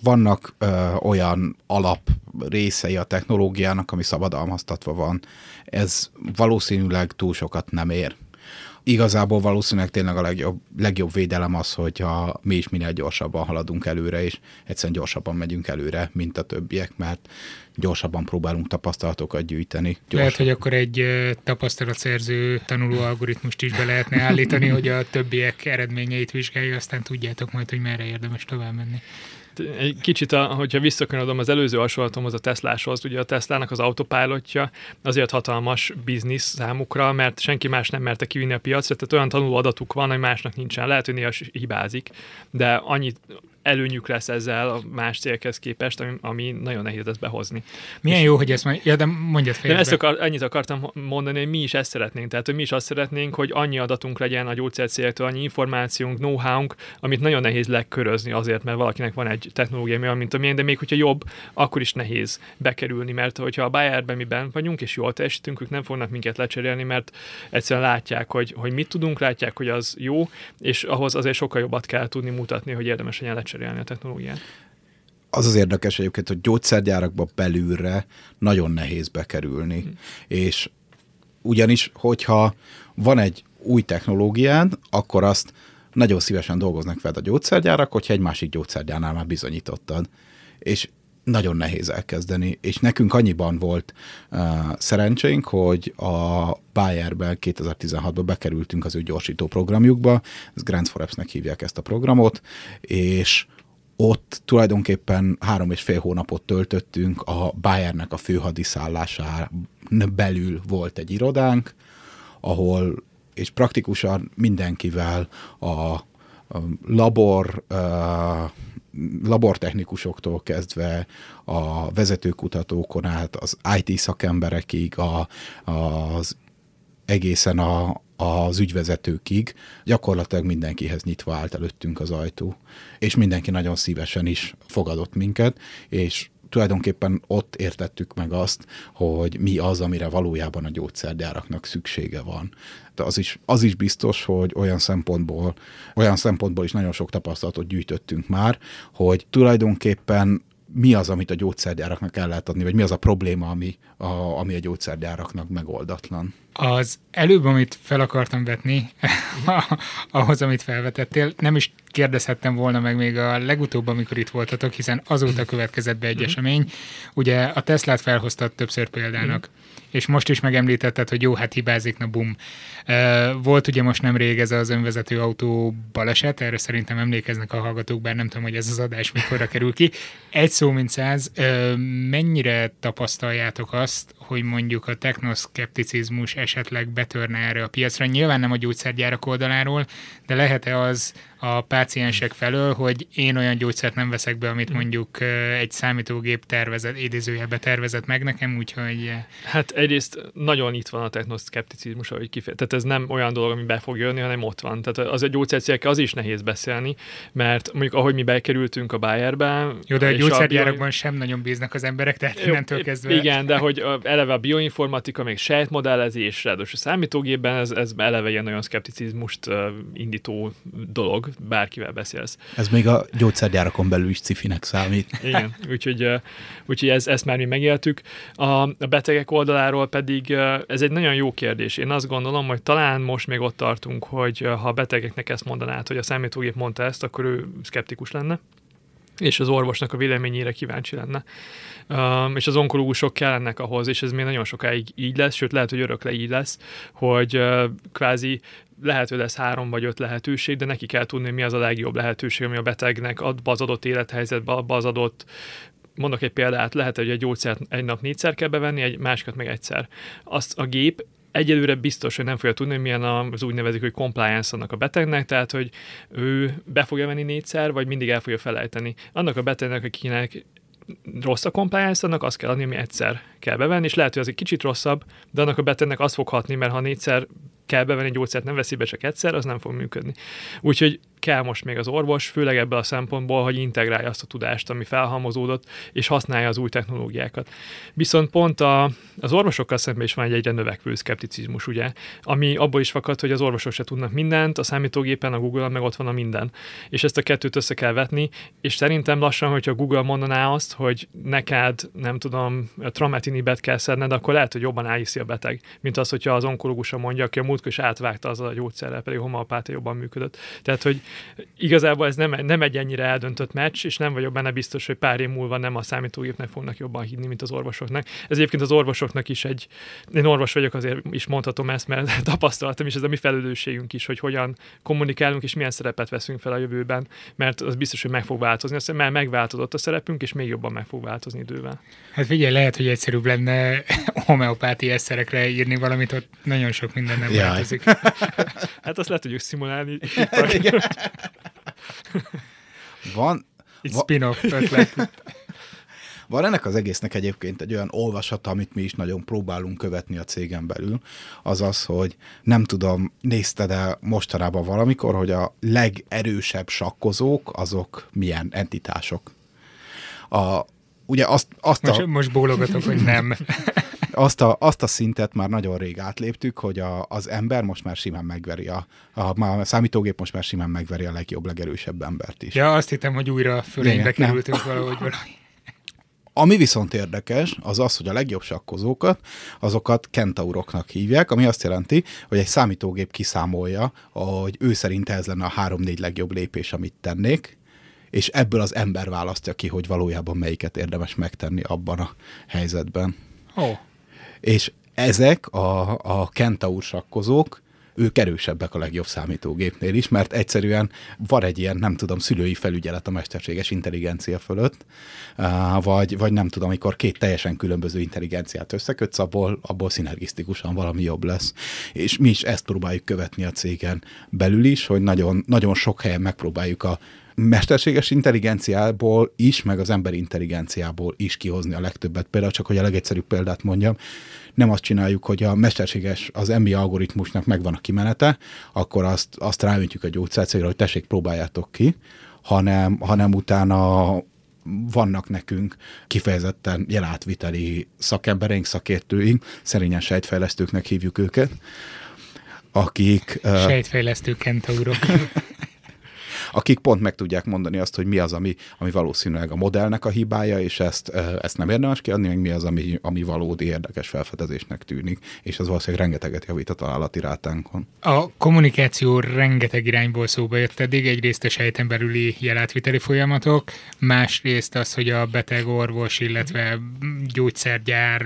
vannak olyan alap részei a technológiának, ami szabadalmaztatva van. Ez valószínűleg túl sokat nem ér. Igazából valószínűleg tényleg a legjobb védelem az, hogy mi is minél gyorsabban haladunk előre, és egyszerűen gyorsabban megyünk előre, mint a többiek, mert gyorsabban próbálunk tapasztalatokat gyűjteni. Gyorsan. Lehet, hogy akkor egy tapasztalatszerző tanuló algoritmust is be lehetne állítani, hogy a többiek eredményeit vizsgálja, aztán tudjátok majd, hogy merre érdemes tovább menni. Egy kicsit, hogyha visszakanyarodom az előző hasonlatomhoz, a Tesláshoz, ugye a Teslának az autopilotja azért hatalmas biznisz számukra, mert senki más nem merte kivinni a piacra, tehát olyan tanuló adatuk van, hogy másnak nincsen. Lehet, hogy néha hibázik, de annyit előnyük lesz ezzel a más céghez képest, ami nagyon nehéz ezt behozni. Milyen jó, hogy ezt mondja, de mondjad fejezbe. Ennyit akartam mondani, hogy mi is ezt szeretnénk. Tehát, hogy mi is azt szeretnénk, hogy annyi adatunk legyen a gyógyszercégektől, annyi információnk, know-how-nk, amit nagyon nehéz lekörözni azért, mert valakinek van egy technológia olyan, mint amilyen, de még hogyha jobb, akkor is nehéz bekerülni, mert hogyha a Bayerben mi bent vagyunk, és jól teljesítünk, ők nem fognak minket lecserélni, mert egyszerűen látják, hogy mit tudunk, látják, hogy az jó, és ahhoz azért sokkal jobbat kell tudni mutatni, hogy érdemes legyen lecserélni a technológiát. Az érdekes egyébként, hogy gyógyszergyárakba belülre nagyon nehéz bekerülni. És ugyanis, hogyha van egy új technológiád, akkor azt nagyon szívesen dolgoznak veled a gyógyszergyárak, hogyha egy másik gyógyszergyárnál már bizonyítottad. És nagyon nehéz elkezdeni. És nekünk annyiban volt szerencsénk, hogy a Bayerben 2016-ban bekerültünk az ő gyorsító programjukba, ez Grants for Apps-nek hívják ezt a programot, és ott tulajdonképpen 3,5 hónapot töltöttünk, a Bayernek a főhadiszállásán belül volt egy irodánk, ahol, és praktikusan mindenkivel a labortechnikusoktól kezdve a vezetőkutatókon át, az IT szakemberekig, az egészen az ügyvezetőkig, gyakorlatilag mindenkihez nyitva állt előttünk az ajtó. És mindenki nagyon szívesen is fogadott minket, és tulajdonképpen ott értettük meg azt, hogy mi az, amire valójában a gyógyszergyáraknak szüksége van. De az is biztos, hogy olyan szempontból is nagyon sok tapasztalatot gyűjtöttünk már, hogy tulajdonképpen mi az, amit a gyógyszergyáraknak el lehet adni, vagy mi az a probléma, ami a gyógyszergyáraknak megoldatlan. Az előbb, amit fel akartam vetni, ahhoz, amit felvetettél, nem is kérdezhettem volna meg még a legutóbb, amikor itt voltatok, hiszen azóta következett be egy esemény. Ugye a Teslát felhoztad többször példának, és most is megemlítetted, hogy jó, hát hibázik, na bum. Volt ugye most nemrég ez az önvezető autó baleset, erre szerintem emlékeznek a hallgatók, bár nem tudom, hogy ez az adás mikorra kerül ki. Egy szó mint száz, mennyire tapasztaljátok azt, hogy mondjuk a technoszkepticizmus esetleg betörne erre a piacra? Nyilván nem a gyógyszergyárak oldaláról, de lehet-e az a páciensek felől, hogy én olyan gyógyszert nem veszek be, amit mondjuk egy számítógép idézőjelbe tervezett meg nekem, úgyhogy... Hát egyrészt nagyon itt van a technoszkepticizmus, ahogy tehát ez nem olyan dolog, ami be fog jönni, hanem ott van. Tehát az a gyógyszercégekkel az is nehéz beszélni, mert mondjuk ahogy mi bekerültünk a Bayerbe... Jó, de a gyógyszergyárakban sem nagyon bíznak az emberek, tehát innentől kezdve... Igen, de hogy eleve a bioinformatika, még sejtmodellezés, ráadásul a számítógépben ez eleve ilyen nagyon szkepticizmust indító dolog, bárkivel beszélsz. Ez még a gyógyszergyárakon belül is cifinek számít. Igen, úgyhogy ezt már mi megéltük. A betegek oldaláról pedig ez egy nagyon jó kérdés. Én azt gondolom, hogy talán most még ott tartunk, hogy ha a betegeknek ezt mondanád, hogy a számítógép mondta ezt, akkor ő szkeptikus lenne, és az orvosnak a véleményére kíváncsi lenne. És az onkológusok kellenek ahhoz, és ez még nagyon sokáig így lesz, sőt lehet, hogy örökre így lesz, hogy kvázi lehet, hogy lesz 3 vagy 5 lehetőség, de neki kell tudni, mi az a legjobb lehetőség, ami a betegnek abba az adott élethelyzetben, abba az adott, mondok egy példát, lehet, hogy egy gyógyszert egy nap 4-szer kell bevenni, egy másikat meg egyszer. Azt a gép egyelőre biztos, hogy nem fogja tudni, hogy milyen az úgy nevezik, hogy compliance annak a betegnek, tehát, hogy ő be fogja venni 4-szer, vagy mindig el fogja felejteni. Annak a betegnek, akinek rossz a compliance, annak azt kell adni, ami egyszer kell bevenni, és lehet, hogy az egy kicsit rosszabb, de annak a betegnek az fog hatni, mert ha 4-szer kell bevenni egy gyógyszert, nem veszi be csak egyszer, az nem fog működni. Úgyhogy kell most még az orvos, főleg ebből a szempontból, hogy integrálja azt a tudást, ami felhalmozódott, és használja az új technológiákat. Viszont pont az orvosokkal szemben is van egy egyre növekvő szkepticizmus, ugye, ami abból is fakad, hogy az orvosok se tudnak mindent, a számítógépen, a Google-on meg ott van a minden. És ezt a kettőt össze kell vetni, és szerintem lassan, hogyha a Google mondaná azt, hogy neked, nem tudom, trametinibet kell szedned, akkor lehet, hogy jobban elhiszi a beteg, mint az, hogyha az onkológusa mondja, aki a múltkor is átvágta azzal a gyógyszerrel, pedig a homeopátia jobban működött. Tehát, hogy igazából ez nem egy ennyire eldöntött meccs, és nem vagyok benne biztos, hogy pár év múlva nem a számítógépnek fognak jobban hinni, mint az orvosoknak. Ez egyébként az orvosoknak is én orvos vagyok, azért is mondhatom ezt, mert tapasztaltam, és ez a mi felelősségünk is, hogy hogyan kommunikálunk, és milyen szerepet veszünk fel a jövőben, mert az biztos, hogy meg fog változni. Azt hiszem, mert megváltozott a szerepünk, és még jobban meg fog változni idővel. Hát figyelj, lehet, hogy egyszerűbb lenne homeopátiai eszerekre írni valamit, ott nagyon sok minden nem változik. Hát azt le tudjuk szimulálni. Van... Itt spin-off ötlet. Van ennek az egésznek egyébként egy olyan olvasata, amit mi is nagyon próbálunk követni a cégen belül, az az, hogy nem tudom, nézted-e mostanában valamikor, hogy a legerősebb sakkozók, azok milyen entitások? Ugye most bólogatok, hogy nem. Azt a szintet már nagyon rég átléptük, hogy az ember most már simán megveri, a számítógép most már simán megveri a legjobb, legerősebb embert is. Ja, azt hittem, hogy újra fölénybe kerültünk valahogy. Ami viszont érdekes, az az, hogy a legjobb sakkozókat, azokat kentauroknak hívják, ami azt jelenti, hogy egy számítógép kiszámolja, hogy ő szerint ez lenne a 3-4 legjobb lépés, amit tennék, és ebből az ember választja ki, hogy valójában melyiket érdemes megtenni abban a helyzetben. Oh. És ezek a kentaur sakkozók, ők erősebbek a legjobb számítógépnél is, mert egyszerűen van egy ilyen, nem tudom, szülői felügyelet a mesterséges intelligencia fölött, vagy nem tudom, amikor két teljesen különböző intelligenciát összekötsz, abból szinergisztikusan valami jobb lesz. És mi is ezt próbáljuk követni a cégen belül is, hogy nagyon, nagyon sok helyen megpróbáljuk a mesterséges intelligenciából is, meg az emberi intelligenciából is kihozni a legtöbbet. Például csak, hogy a legegyszerűbb példát mondjam, nem azt csináljuk, hogy a mesterséges, az MI algoritmusnak megvan a kimenete, akkor azt ráöntjük a gyógyszercégre, hogy tessék, próbáljátok ki, hanem utána vannak nekünk kifejezetten jelátviteli szakembereink, szakértőink, szerényen sejtfejlesztőknek hívjuk őket, akik... Sejtfejlesztő kentaurok. Akik pont meg tudják mondani azt, hogy mi az, ami valószínűleg a modellnek a hibája, és ezt nem érdemes kiadni, meg mi az, ami valódi érdekes felfedezésnek tűnik, és az valószínűleg rengeteget javít a találati rátánkon. A kommunikáció rengeteg irányból szóba jött eddig, egyrészt a sejten belüli jelátviteli folyamatok, másrészt az, hogy a beteg orvos, illetve gyógyszergyár,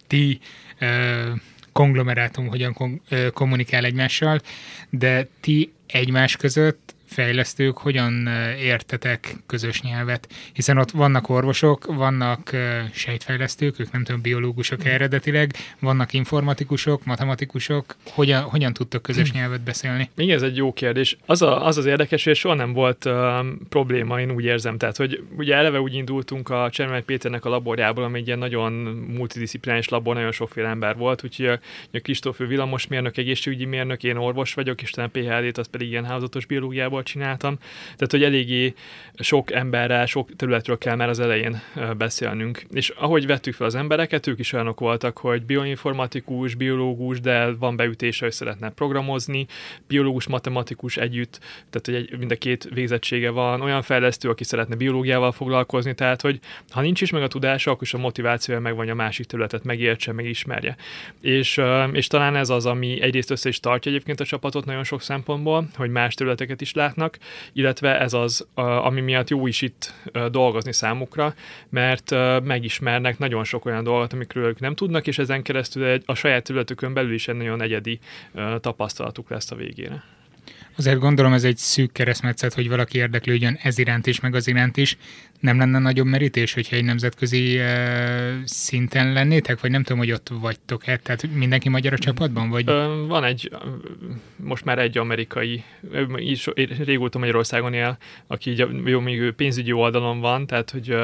konglomerátum hogyan kommunikál egymással, de ti egymás között fejlesztők hogyan értetek közös nyelvet? Hiszen ott vannak orvosok, vannak sejtfejlesztők, ők nem tudom, biológusok eredetileg, vannak informatikusok, matematikusok. Hogyan tudtok közös nyelvet beszélni? Igen, ez egy jó kérdés. Az érdekes, hogy soha nem volt probléma, én úgy érzem. Tehát, hogy ugye eleve úgy indultunk a Csermely Péternek a laborjából, ami egy ilyen nagyon multidisziplináris labor, nagyon sokféle ember volt, úgyhogy a Kristóf villamosmérnök, egészségügyi mérnök, én orvos vagyok, és talán PhD-t, az pedig ilyen hálózatos biológiából csináltam. Tehát, hogy eléggé sok emberrel, sok területről kell már az elején beszélnünk. És ahogy vettük fel az embereket, ők is olyanok voltak, hogy bioinformatikus, biológus, de van beütése, hogy szeretne programozni, biológus, matematikus együtt, tehát hogy mind a két végzettsége van, olyan fejlesztő, aki szeretne biológiával foglalkozni, tehát, hogy ha nincs is meg a tudása, akkor is a motivációja megvan, a másik területet megértse, megismerje. És talán ez az, ami egyrészt össze is tartja egyébként a csapatot nagyon sok szempontból, hogy más területeket is látnak, illetve ez az, ami miatt jó is itt dolgozni számukra, mert megismernek nagyon sok olyan dolgot, amikről ők nem tudnak, és ezen keresztül a saját területükön belül is egy nagyon egyedi tapasztalatuk lesz a végére. Azért gondolom, ez egy szűk keresztmetszet, hogy valaki érdeklődjön ez iránt is, meg az iránt is. Nem lenne nagyobb merítés, hogyha egy nemzetközi szinten lennétek? Vagy nem tudom, hogy ott vagytok-e? Tehát mindenki magyar a csapatban? Vagy? Van most már egy amerikai, régóta Magyarországon él, aki még pénzügyi oldalon van, tehát hogy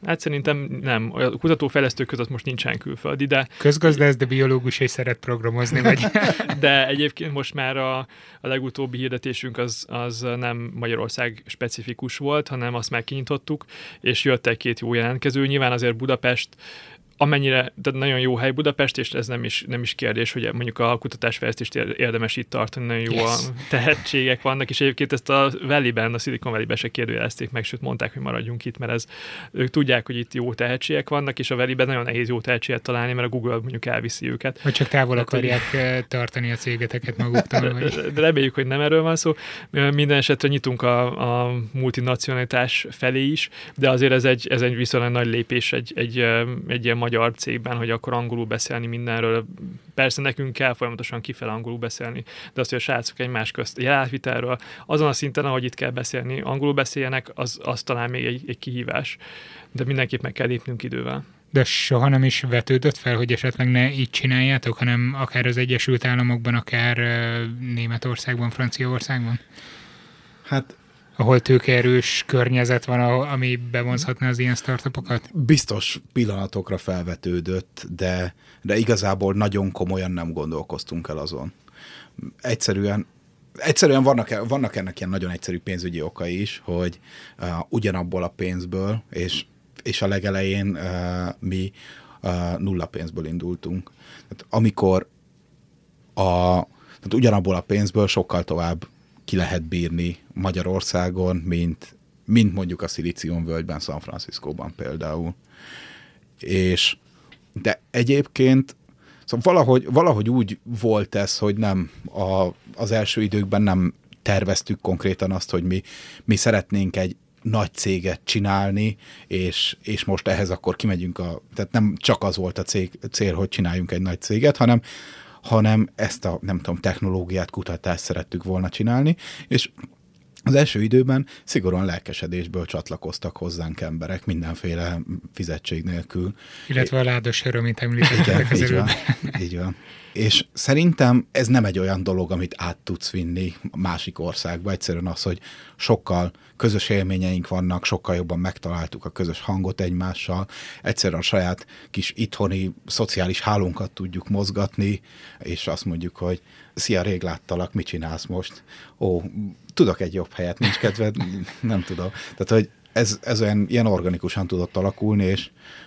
Hát szerintem nem. A kutatófejlesztők között most nincsen külföldi, de... Közgazdász, de biológus és szeret programozni, vagy... De egyébként most már a legutóbbi hirdetésünk az nem Magyarország specifikus volt, hanem azt már kinyitottuk, és jött egy-két jó jelentkező. Nyilván azért Budapest, amennyire, de nagyon jó hely Budapest, és ez nem is kérdés, hogy mondjuk a kutatásfejlesztést érdemes itt tartani, nagyon jó a tehetségek vannak, és egyébként ezt a Valley-ben, a Silicon Valley-ben se kérdőjelezték meg, sőt mondták, hogy maradjunk itt, mert ők tudják, hogy itt jó tehetségek vannak, és a Valley-ben nagyon nehéz jó tehetséget találni, mert a Google mondjuk elviszi őket. Vagy csak távol akarják tartani a cégeteket maguktól. De reméljük, hogy nem erről van szó. Minden esetre nyitunk a multinacionalitás felé is, de azért ez egy viszonylag nagy lépés egy ilyen magyar cégben, hogy akkor angolul beszélni mindenről. Persze nekünk kell folyamatosan kifele angolul beszélni, de azt, hogy a srácok egymás közt jelátvitelről, azon a szinten, ahogy itt kell beszélni, angolul beszéljenek, az talán még egy kihívás. De mindenképp meg kell lépnünk idővel. De soha nem is vetődött fel, hogy esetleg ne így csináljátok, hanem akár az Egyesült Államokban, akár Németországban, Franciaországban? Hát ahol tőkeerős környezet van, ami bevonzhatná az ilyen startupokat? Biztos pillanatokra felvetődött, de igazából nagyon komolyan nem gondolkoztunk el azon. Egyszerűen vannak ennek ilyen nagyon egyszerű pénzügyi okai is, hogy ugyanabból a pénzből, és a legelején mi nulla pénzből indultunk. Tehát amikor tehát ugyanabból a pénzből sokkal tovább ki lehet bírni Magyarországon, mint mondjuk a Szilíciumvölgyben, San Franciscóban például. De egyébként szóval valahogy úgy volt ez, hogy nem az első időkben nem terveztük konkrétan azt, hogy mi szeretnénk egy nagy céget csinálni, és most ehhez akkor kimegyünk tehát nem csak az volt a cél, hogy csináljunk egy nagy céget, hanem ezt a, nem tudom, technológiát, kutatást szerettük volna csinálni, és az első időben szigorúan lelkesedésből csatlakoztak hozzánk emberek, mindenféle fizetség nélkül. Illetve a ládos öröm, mint említettek az előbb. Így van. És szerintem ez nem egy olyan dolog, amit át tudsz vinni másik országba. Egyszerűen az, hogy sokkal közös élményeink vannak, sokkal jobban megtaláltuk a közös hangot egymással, egyszerűen a saját kis itthoni szociális hálónkat tudjuk mozgatni, és azt mondjuk, hogy szia, rég láttalak, mit csinálsz most? Ó, tudok egy jobb helyet, nincs kedved? Nem tudom. Tehát, hogy ez ilyen organikusan tudott alakulni, és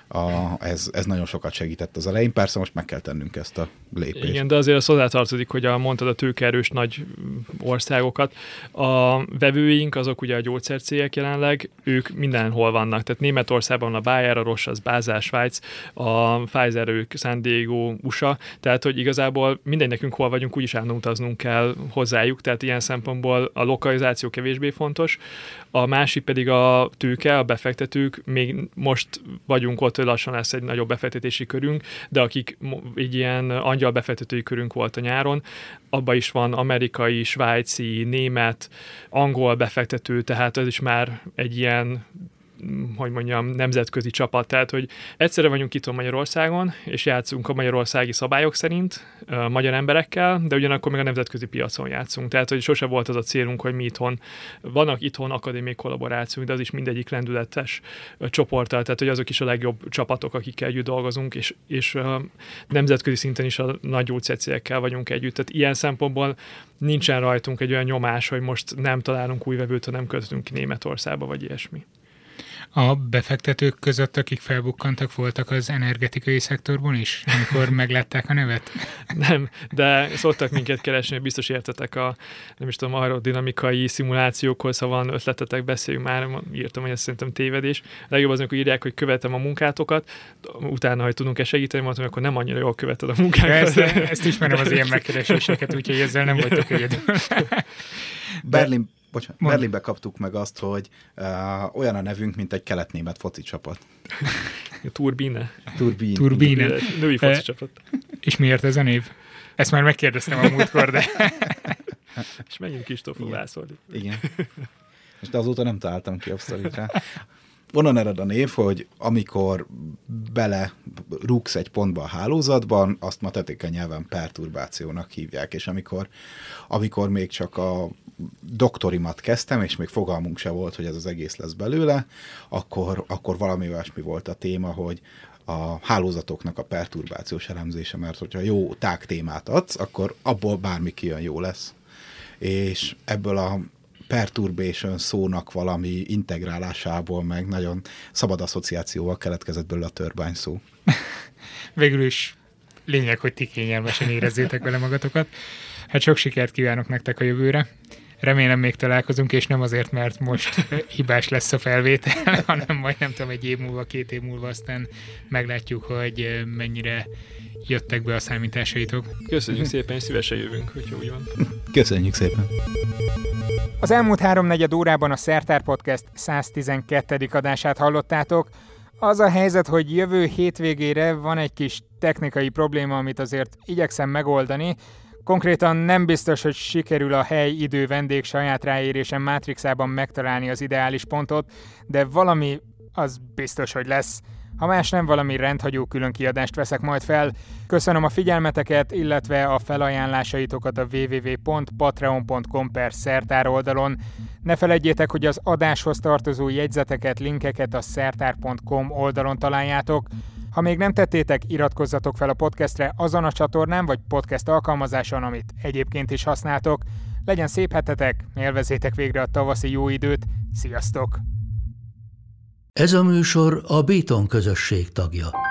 ez nagyon sokat segített az elején. Persze most meg kell tennünk ezt a lépést. Igen, de azért az hozzátartozik, hogy mondtad a tőkeerős nagy országokat. A vevőink, azok ugye a gyógyszercégek jelenleg, ők mindenhol vannak. Tehát Németországban a Bayer, a Roche, az Basel, Svájc, a Pfizer, ők San Diego, USA. Tehát, hogy igazából mindegy nekünk hol vagyunk, úgyis állandóan utaznunk kell hozzájuk. Tehát ilyen szempontból a lokalizáció kevésbé fontos. A másik pedig a tőke, a befektetők, még most vagyunk ott, hogy lassan lesz egy nagyobb befektetési körünk, de akik így ilyen angyal befektetői körünk volt a nyáron, abban is van amerikai, svájci, német, angol befektető, tehát ez is már egy ilyen, hogy mondjam, nemzetközi csapat. Tehát, hogy egyszerre vagyunk itt Magyarországon, és játszunk a magyarországi szabályok szerint magyar emberekkel, de ugyanakkor még a nemzetközi piacon játszunk. Tehát, hogy sose volt az a célunk, hogy mi vannak itthon akadémiai kollaborációk, de az is mindegyik lendületes csoporttal, tehát, hogy azok is a legjobb csapatok, akikkel együtt dolgozunk, és nemzetközi szinten is a nagy gyógyszercégekkel vagyunk együtt. Tehát ilyen szempontból nincsen rajtunk egy olyan nyomás, hogy most nem találunk új vevőt, ha nem költünk ki Németországba, vagy ilyesmi. A befektetők között, akik felbukkantak, voltak az energetikai szektorból is, amikor meglátták a nevet? Nem, de szoktak minket keresni, biztos értetek nem is tudom, aerodinamikai szimulációkhoz, ha van ötletetek, beszéljünk már, írtam, hogy ez szerintem tévedés. Legjobb az, amikor írják, hogy követem a munkátokat, utána, hogy tudunk-e segíteni, mondtam, hogy akkor nem annyira jól követed a munkákat. Ezt ismerem az ilyen megkereséseket, úgyhogy ezzel nem vagytok egyedül. Berlinbe kaptuk meg azt, hogy olyan a nevünk, mint egy kelet-német foci csapat. Turbine. Női foci csapat. És miért ez a név? Ezt már megkérdeztem a múltkor, de... És menjünk is fog válaszolni. Igen. És de azóta nem találtam ki abszolút rá. onnan ered a név, hogy amikor bele rúgsz egy pontba a hálózatban, azt matematika nyelven perturbációnak hívják, és amikor még csak a doktorimat kezdtem, és még fogalmunk se volt, hogy ez az egész lesz belőle, akkor valami olyasmi volt a téma, hogy a hálózatoknak a perturbációs elemzése, mert hogyha jó tág témát adsz, akkor abból bármi kijön jó lesz. És ebből a perturbation szónak valami integrálásából meg nagyon szabad asszociációval keletkezett belőle a turbine szó. Végül is lényeg, hogy ti kényelmesen érezzétek vele magatokat. Hát sok sikert kívánok nektek a jövőre. Remélem még találkozunk, és nem azért, mert most hibás lesz a felvétel, hanem majd nem tudom, 1 év múlva, 2 év múlva aztán meglátjuk, hogy mennyire jöttek be a számításaitok. Köszönjük szépen, és szívesen jövünk, hogyha úgy van. Köszönjük szépen! Az elmúlt 3-4 órában a Szertár Podcast 112. adását hallottátok. Az a helyzet, hogy jövő hétvégére van egy kis technikai probléma, amit azért igyekszem megoldani. Konkrétan nem biztos, hogy sikerül a hely-idő vendég saját ráérésen mátrixában megtalálni az ideális pontot, de valami az biztos, hogy lesz. Ha más nem, valami rendhagyó külön kiadást veszek majd fel. Köszönöm a figyelmeteket, illetve a felajánlásaitokat a www.patreon.com/szertár oldalon. Ne feledjétek, hogy az adáshoz tartozó jegyzeteket, linkeket a szertár.com oldalon találjátok. Ha még nem tettétek, iratkozzatok fel a podcastre azon a csatornán vagy podcast alkalmazáson, amit egyébként is használtok. Legyen szép hetetek, élvezzétek végre a tavaszi jó időt. Sziasztok! Ez a műsor a Béton közösség tagja.